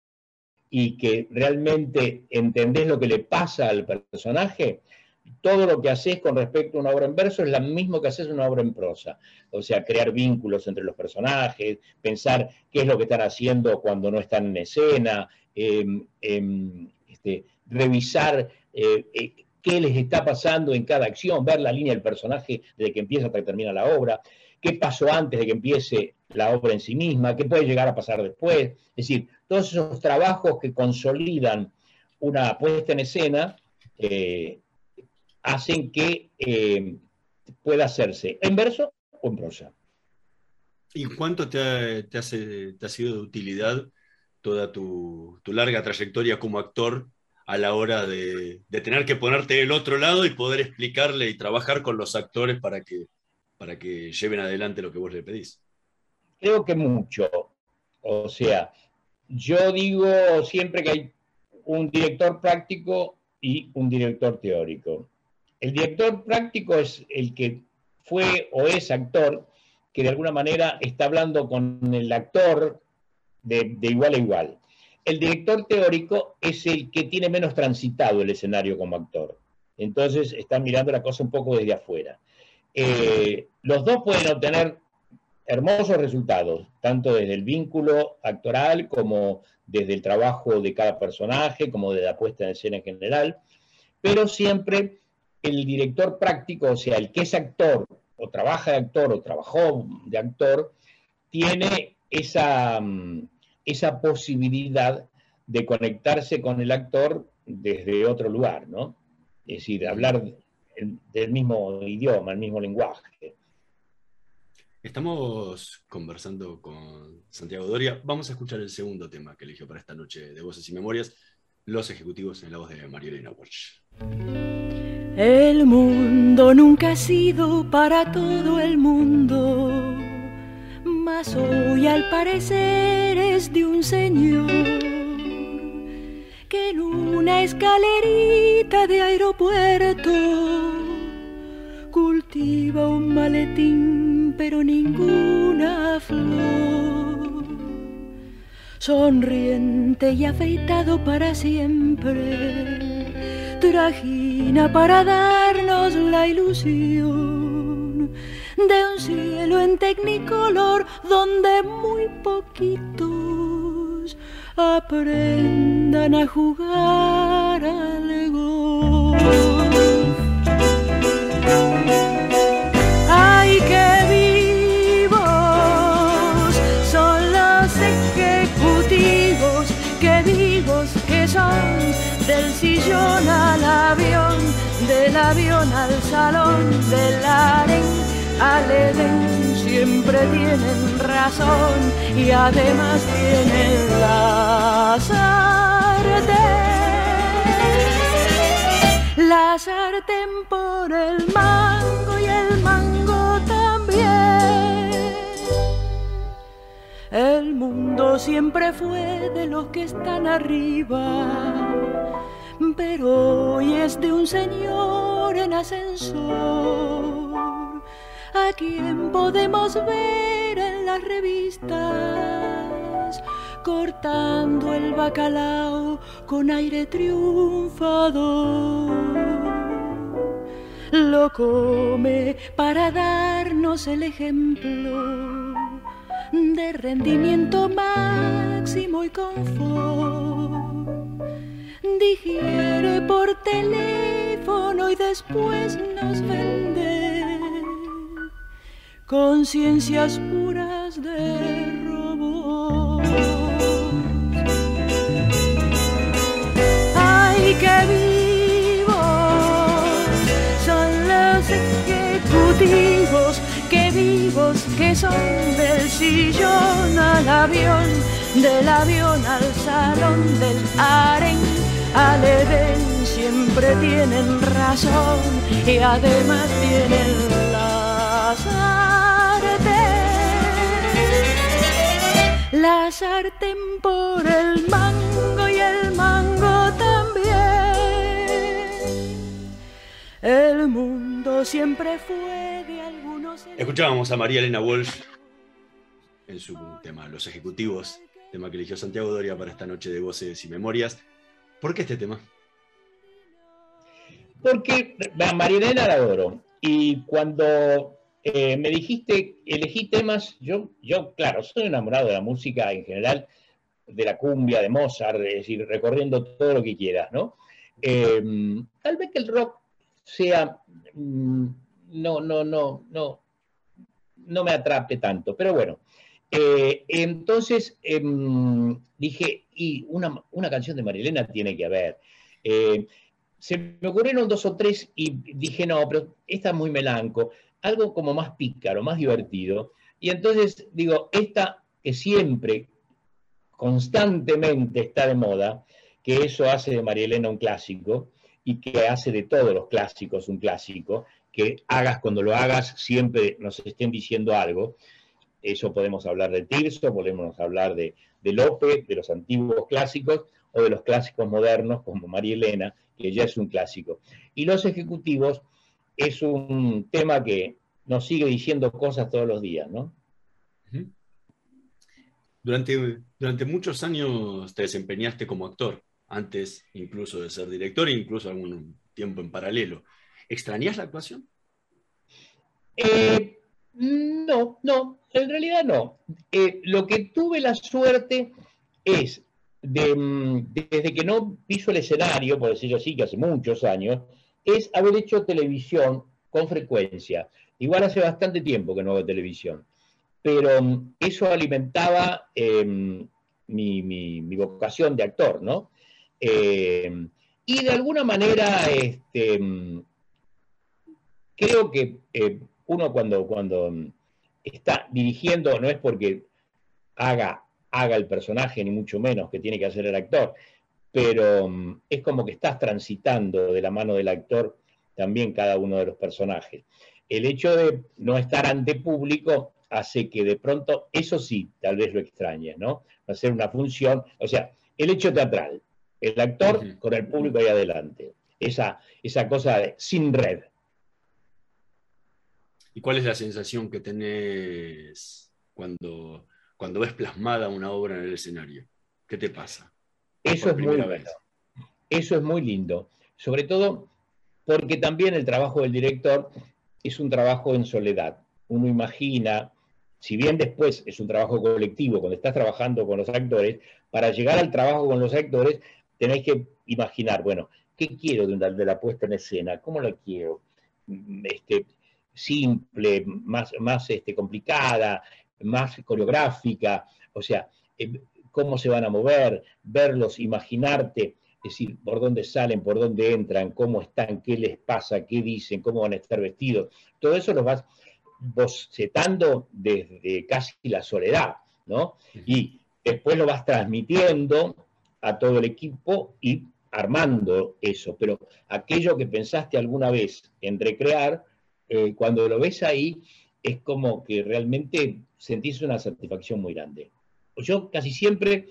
y que realmente entendés lo que le pasa al personaje, todo lo que haces con respecto a una obra en verso es lo mismo que haces en una obra en prosa. O sea, crear vínculos entre los personajes, pensar qué es lo que están haciendo cuando no están en escena, eh, eh, este, revisar eh, eh, qué les está pasando en cada acción, ver la línea del personaje desde que empieza hasta que termina la obra. qué pasó antes de que empiece la obra en sí misma, qué puede llegar a pasar después. Es decir, todos esos trabajos que consolidan una puesta en escena eh, hacen que eh, pueda hacerse en verso o en prosa. ¿Y cuánto te ha, te hace, te ha sido de utilidad toda tu, tu larga trayectoria como actor a la hora de, de tener que ponerte del otro lado y poder explicarle y trabajar con los actores para que, para que lleven adelante lo que vos le pedís? Creo que mucho. O sea, yo digo siempre que hay un director práctico y un director teórico. El director práctico es el que fue o es actor, que de alguna manera está hablando con el actor de, de igual a igual. El director teórico es el que tiene menos transitado el escenario como actor. Entonces está mirando la cosa un poco desde afuera. Eh, los dos pueden obtener hermosos resultados, tanto desde el vínculo actoral como desde el trabajo de cada personaje, como de la puesta en escena en general, pero siempre el director práctico, o sea, el que es actor, o trabaja de actor, o trabajó de actor, tiene esa, esa posibilidad de conectarse con el actor desde otro lugar, ¿no? Es decir, hablar del mismo idioma, el mismo lenguaje. Estamos conversando con Santiago Doria. Vamos a escuchar el segundo tema que eligió para esta noche de Voces y Memorias, Los Ejecutivos, en la voz de María Elena Walsh. El mundo nunca ha sido para todo el mundo, mas hoy al parecer es de un señor que en una escalerita de aeropuerto cultiva un maletín pero ninguna flor, sonriente y afeitado para siempre, trajina para darnos la ilusión de un cielo en tecnicolor donde muy poquitos aprendan a jugar al golf. ¡Ay, qué vivos son los ejecutivos! ¡Qué vivos que son! Del sillón al avión, del avión al salón, del harén al edén, siempre tienen razón y además tienen la sartén. La sartén por el mango y el mango también. El mundo siempre fue de los que están arriba, pero hoy es de un señor en ascensor, a quien podemos ver en las revistas cortando el bacalao con aire triunfador. Lo come para darnos el ejemplo de rendimiento máximo y confort. Digiere por teléfono y después nos vende conciencias puras de robot. ¡Ay, qué vivos son los ejecutivos! ¡Qué vivos que son! Del sillón al avión, del avión al salón, del harén al edén, siempre tienen razón y además tienen la sartén. La sartén por el mango y el mango también. El mundo siempre fue de algunos... Escuchábamos a María Elena Walsh en su tema Los Ejecutivos, tema que eligió Santiago Doria para esta noche de Voces y Memorias. ¿Por qué este tema? Porque a María Elena la adoro. Y cuando eh, me dijiste, elegí temas, yo, yo, claro, soy enamorado de la música en general, de la cumbia, de Mozart, es decir, recorriendo todo lo que quieras, ¿no? Eh, tal vez que el rock sea, mm, no, no, no, no, no me atrape tanto. Pero bueno, eh, entonces eh, dije, y una, una canción de María Elena tiene que haber. Eh, se me ocurrieron dos o tres y dije, no, pero esta es muy melanco, algo como más pícaro, más divertido. Y entonces digo, esta que siempre, constantemente está de moda, que eso hace de María Elena un clásico, y que hace de todos los clásicos un clásico, que hagas cuando lo hagas, siempre nos estén diciendo algo. Eso podemos hablar de Tirso, podemos hablar de, de Lope, de los antiguos clásicos, o de los clásicos modernos, como María Elena, que ya es un clásico. Y Los Ejecutivos es un tema que nos sigue diciendo cosas todos los días, ¿no? Durante, durante muchos años te desempeñaste como actor, antes incluso de ser director e incluso algún tiempo en paralelo. ¿Extrañas la actuación? Eh, no, no, en realidad no. Eh, lo que tuve la suerte es, de, desde que no piso el escenario, por decirlo así, que hace muchos años, es haber hecho televisión con frecuencia. Igual hace bastante tiempo que no hago televisión, pero eso alimentaba eh, mi, mi, mi vocación de actor, ¿no? Eh, y de alguna manera, este, creo que eh, uno cuando, cuando está dirigiendo, no es porque haga, haga el personaje, ni mucho menos que tiene que hacer el actor, pero um, es como que estás transitando de la mano del actor también cada uno de los personajes. El hecho de no estar ante público hace que de pronto, eso sí, tal vez lo extrañes, ¿no? Hacer una función, o sea, el hecho teatral, el actor uh-huh. con el público ahí adelante, esa, esa cosa de, sin red. ¿Y cuál es la sensación que tenés cuando, cuando ves plasmada una obra en el escenario? ¿Qué te pasa? Eso es muy bueno. Eso es muy lindo. Sobre todo porque también el trabajo del director es un trabajo en soledad. Uno imagina, si bien después es un trabajo colectivo, cuando estás trabajando con los actores, para llegar al trabajo con los actores tenés que imaginar, bueno, ¿qué quiero de, una, de la puesta en escena? ¿Cómo la quiero? Este, simple, más, más este, complicada, más coreográfica, o sea, eh, cómo se van a mover, verlos, imaginarte, es decir, por dónde salen, por dónde entran, cómo están, qué les pasa, qué dicen, cómo van a estar vestidos. Todo eso lo vas bocetando desde casi la soledad, ¿no? Y después lo vas transmitiendo a todo el equipo y armando eso. Pero aquello que pensaste alguna vez en recrear, eh, cuando lo ves ahí, es como que realmente sentís una satisfacción muy grande. Yo casi siempre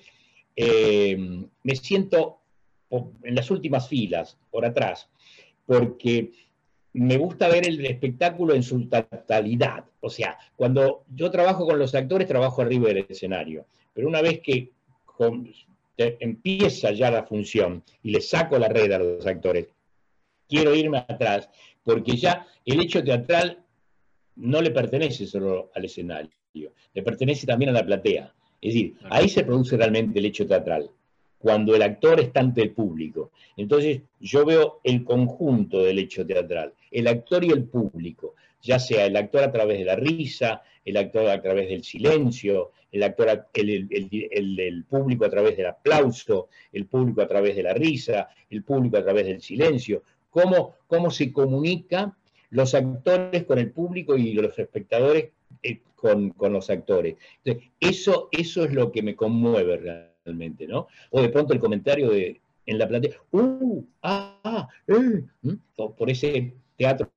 eh, me siento en las últimas filas, por atrás, porque me gusta ver el espectáculo en su totalidad. O sea, cuando yo trabajo con los actores, trabajo arriba del escenario. Pero una vez que con, empieza ya la función y le saco la red a los actores, quiero irme atrás, porque ya el hecho teatral no le pertenece solo al escenario, le pertenece también a la platea. Es decir, ahí se produce realmente el hecho teatral, cuando el actor está ante el público. Entonces yo veo el conjunto del hecho teatral, el actor y el público, ya sea el actor a través de la risa, el actor a través del silencio, el, actor, el, el, el, el público a través del aplauso, el público a través de la risa, el público a través del silencio, cómo, cómo se comunica los actores con el público y los espectadores eh, con, con los actores. Entonces, eso, eso es lo que me conmueve realmente, ¿no? O de pronto el comentario de, en la platea, ¡uh! ¡Ah! ah eh, por ese teatro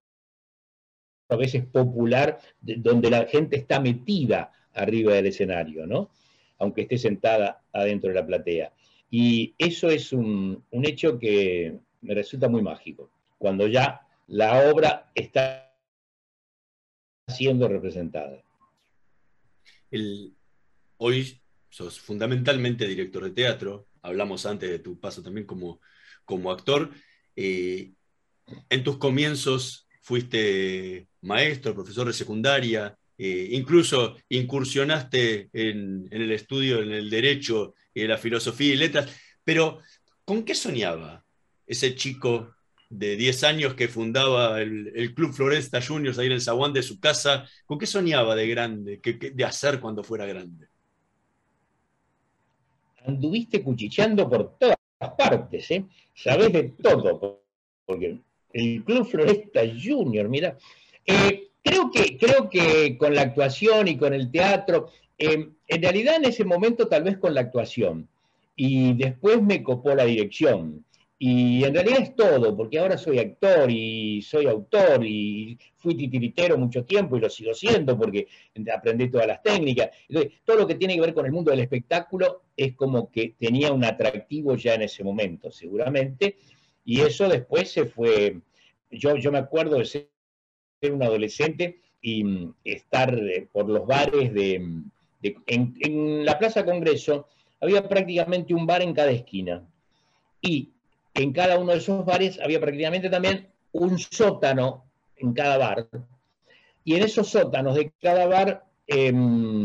a veces popular, de, donde la gente está metida arriba del escenario, ¿no? Aunque esté sentada adentro de la platea. Y eso es un, un hecho que me resulta muy mágico, cuando ya la obra está siendo representada. El, hoy sos fundamentalmente director de teatro, hablamos antes de tu paso también como, como actor. Eh, en tus comienzos fuiste maestro, profesor de secundaria, eh, incluso incursionaste en, en el estudio, en el derecho y en la filosofía y letras, pero ¿con qué soñaba ese chico de diez años que fundaba el, el Club Floresta Juniors ahí en el zaguán de su casa. ¿Con qué soñaba de grande, qué, qué, de hacer cuando fuera grande? Anduviste cuchicheando por todas partes, ¿eh? Sabés de todo, porque el Club Floresta Junior, mira, eh, creo que, creo que con la actuación y con el teatro, eh, en realidad en ese momento tal vez con la actuación, y después me copó la dirección, y en realidad es todo, porque ahora soy actor y soy autor y fui titiritero mucho tiempo y lo sigo siendo porque aprendí todas las técnicas. Entonces, todo lo que tiene que ver con el mundo del espectáculo es como que tenía un atractivo ya en ese momento, seguramente, y eso después se fue. Yo, yo me acuerdo de ser un adolescente y mm, estar eh, por los bares de... de en, en la Plaza Congreso había prácticamente un bar en cada esquina, y en cada uno de esos bares había prácticamente también un sótano en cada bar, y en esos sótanos de cada bar eh,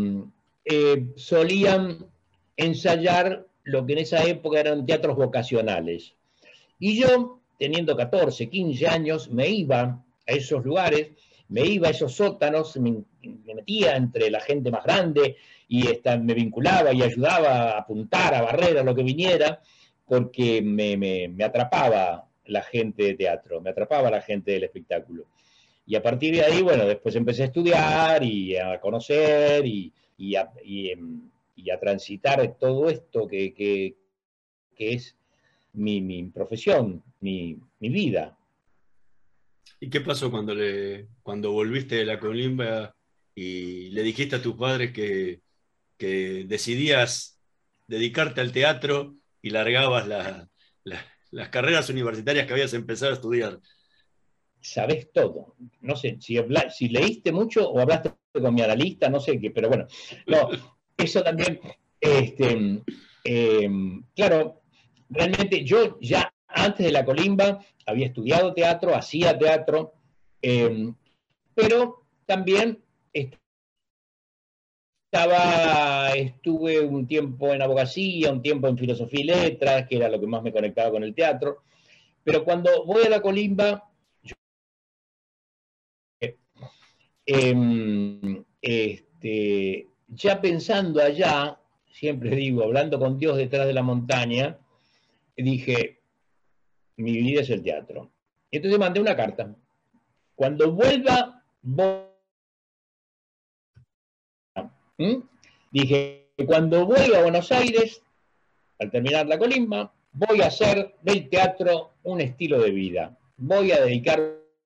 eh, solían ensayar lo que en esa época eran teatros vocacionales. Y yo, teniendo catorce, quince años, me iba a esos lugares, me iba a esos sótanos, me, me metía entre la gente más grande y esta, me vinculaba y ayudaba a apuntar, a barrer, a lo que viniera, porque me, me, me atrapaba la gente de teatro, me atrapaba la gente del espectáculo. Y a partir de ahí, bueno, después empecé a estudiar y a conocer y, y, a, y, y a transitar todo esto que, que, que es mi, mi profesión, mi, mi vida. ¿Y qué pasó cuando, le, cuando volviste de la Colimba y le dijiste a tus padres que, que decidías dedicarte al teatro y largabas la, la, las carreras universitarias que habías empezado a estudiar? Sabés todo. No sé, si, habla, si leíste mucho o hablaste con mi analista, no sé qué, pero bueno. No, eso también, este, eh, claro, realmente yo ya antes de la Colimba había estudiado teatro, hacía teatro, eh, pero también estaba, estuve un tiempo en abogacía, un tiempo en filosofía y letras, que era lo que más me conectaba con el teatro, pero cuando voy a la Colimba, yo, eh, este, ya pensando allá, siempre digo, hablando con Dios detrás de la montaña, dije, mi vida es el teatro. Y entonces mandé una carta. Cuando vuelva, voy... ¿Mm? Dije, cuando vuelva a Buenos Aires, al terminar la Colimba, voy a hacer del teatro un estilo de vida. Voy a dedicar...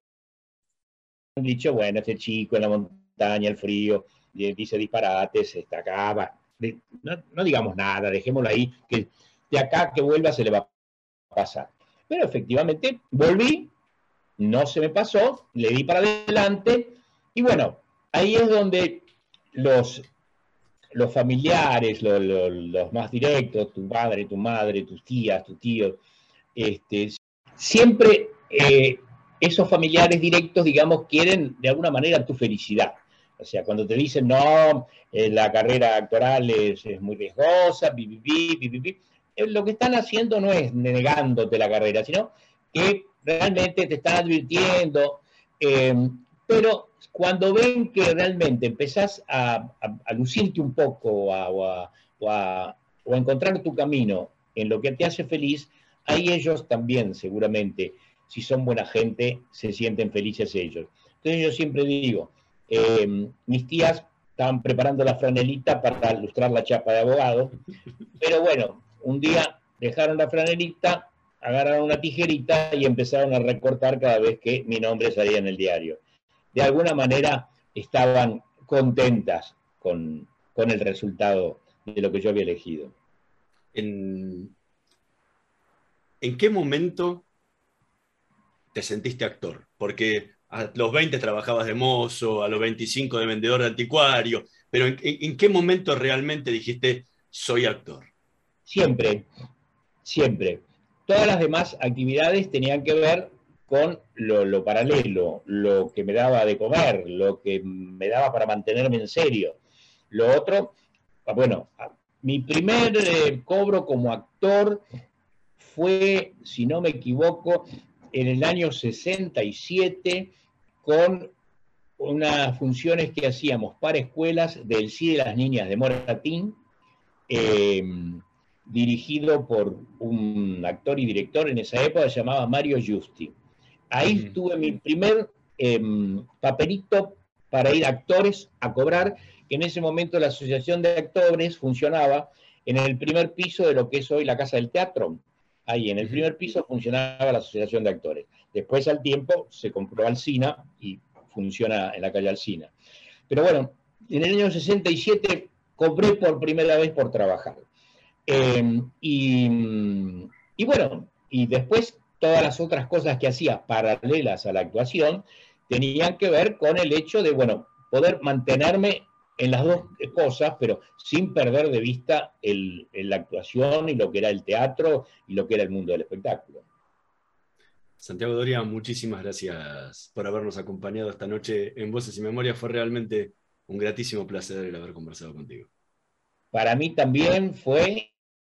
Han dicho, bueno, este chico en la montaña, el frío, dice disparates, está acá, va. No, no digamos nada, dejémoslo ahí, que de acá que vuelva se le va a pasar. Pero efectivamente volví, no se me pasó, le di para adelante, y bueno, ahí es donde los, los familiares, los, los, los más directos, tu padre, tu madre, tus tías, tus tíos, este, siempre eh, esos familiares directos, digamos, quieren de alguna manera tu felicidad. O sea, cuando te dicen, no, eh, la carrera actoral es, es muy riesgosa, pi, pi, pi, pi, pi, pi, lo que están haciendo no es negándote la carrera, sino que realmente te están advirtiendo, eh, pero cuando ven que realmente empezás a, a, a lucirte un poco a, o, a, o, a, o a encontrar tu camino en lo que te hace feliz, ahí ellos también seguramente, si son buena gente, se sienten felices ellos. Entonces yo siempre digo, eh, mis tías estaban preparando la franelita para ilustrar la chapa de abogado, pero bueno, un día dejaron la franelita, agarraron una tijerita y empezaron a recortar cada vez que mi nombre salía en el diario. De alguna manera estaban contentas con, con el resultado de lo que yo había elegido. ¿En, ¿En qué momento te sentiste actor? Porque a los veinte trabajabas de mozo, a los veinticinco de vendedor de anticuario, pero ¿en, en qué momento realmente dijiste, soy actor? Siempre, siempre. Todas las demás actividades tenían que ver con lo, lo paralelo, lo que me daba de comer, lo que me daba para mantenerme en serio. Lo otro, bueno, mi primer eh, cobro como actor fue, si no me equivoco, en el año sesenta y siete con unas funciones que hacíamos para escuelas del C I de las Niñas de Moratín, eh, dirigido por un actor y director en esa época, se llamaba Mario Giusti. Ahí uh-huh. tuve mi primer eh, papelito para ir a actores a cobrar, que en ese momento la Asociación de Actores funcionaba en el primer piso de lo que es hoy la Casa del Teatro. Ahí en el primer piso funcionaba la Asociación de Actores. Después al tiempo se compró Alsina y funciona en la calle Alsina. Pero bueno, en el año sesenta y siete cobré por primera vez por trabajar. Eh, y, y bueno, y después todas las otras cosas que hacía paralelas a la actuación tenían que ver con el hecho de, bueno, poder mantenerme en las dos cosas, pero sin perder de vista el, el, la actuación y lo que era el teatro y lo que era el mundo del espectáculo. Santiago Doria, muchísimas gracias por habernos acompañado esta noche en Voces y Memorias. Fue realmente un gratísimo placer el haber conversado contigo. Para mí también fue,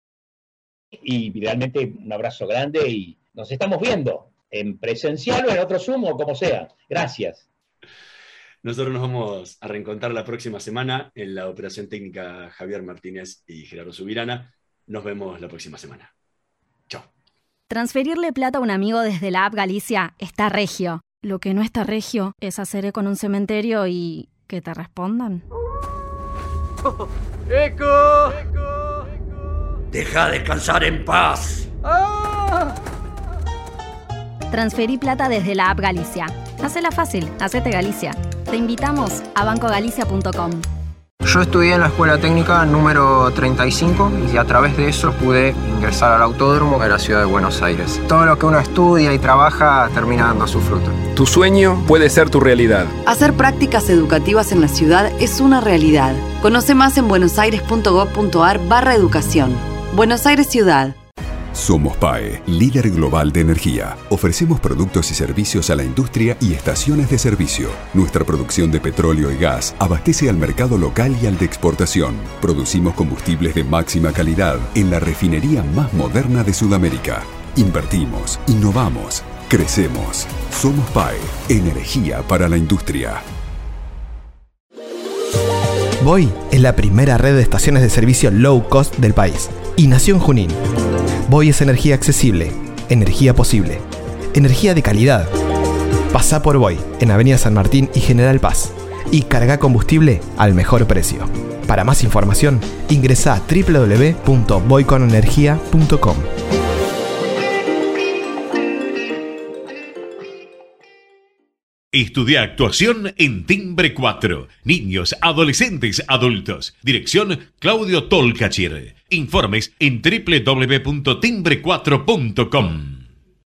y realmente un abrazo grande, y nos estamos viendo en presencial o en otro Zoom o como sea. Gracias. Nosotros nos vamos a reencontrar la próxima semana en la operación técnica Javier Martínez y Gerardo Subirana. Nos vemos la próxima semana. Chao. Transferirle plata a un amigo desde la app Galicia está regio. Lo que no está regio es hacer con un cementerio y que te respondan. ¡Eco! ¡Deja descansar en paz! ¡Ah! Transferí plata desde la app Galicia. Hacela fácil, hacete Galicia. Te invitamos a banco galicia punto com. Yo estudié en la escuela técnica número treinta y cinco y a través de eso pude ingresar al autódromo de la ciudad de Buenos Aires. Todo lo que uno estudia y trabaja termina dando su fruto. Tu sueño puede ser tu realidad. Hacer prácticas educativas en la ciudad es una realidad. Conoce más en buenosaires.gov.ar barra educación. Buenos Aires Ciudad. Somos P A E, líder global de energía. Ofrecemos productos y servicios a la industria y estaciones de servicio. Nuestra producción de petróleo y gas abastece al mercado local y al de exportación. Producimos combustibles de máxima calidad en la refinería más moderna de Sudamérica. Invertimos, innovamos, crecemos. Somos P A E, energía para la industria. Voy es la primera red de estaciones de servicio low cost del país y nació en Junín. Voy es energía accesible, energía posible, energía de calidad. Pasá por Voy en Avenida San Martín y General Paz y carga combustible al mejor precio. Para más información, ingresa a doble u doble u doble u punto voy con energía punto com. Estudia actuación en Timbre cuatro. Niños, adolescentes, adultos. Dirección Claudio Tolcachir. Informes en doble u doble u doble u punto timbre cuatro punto com.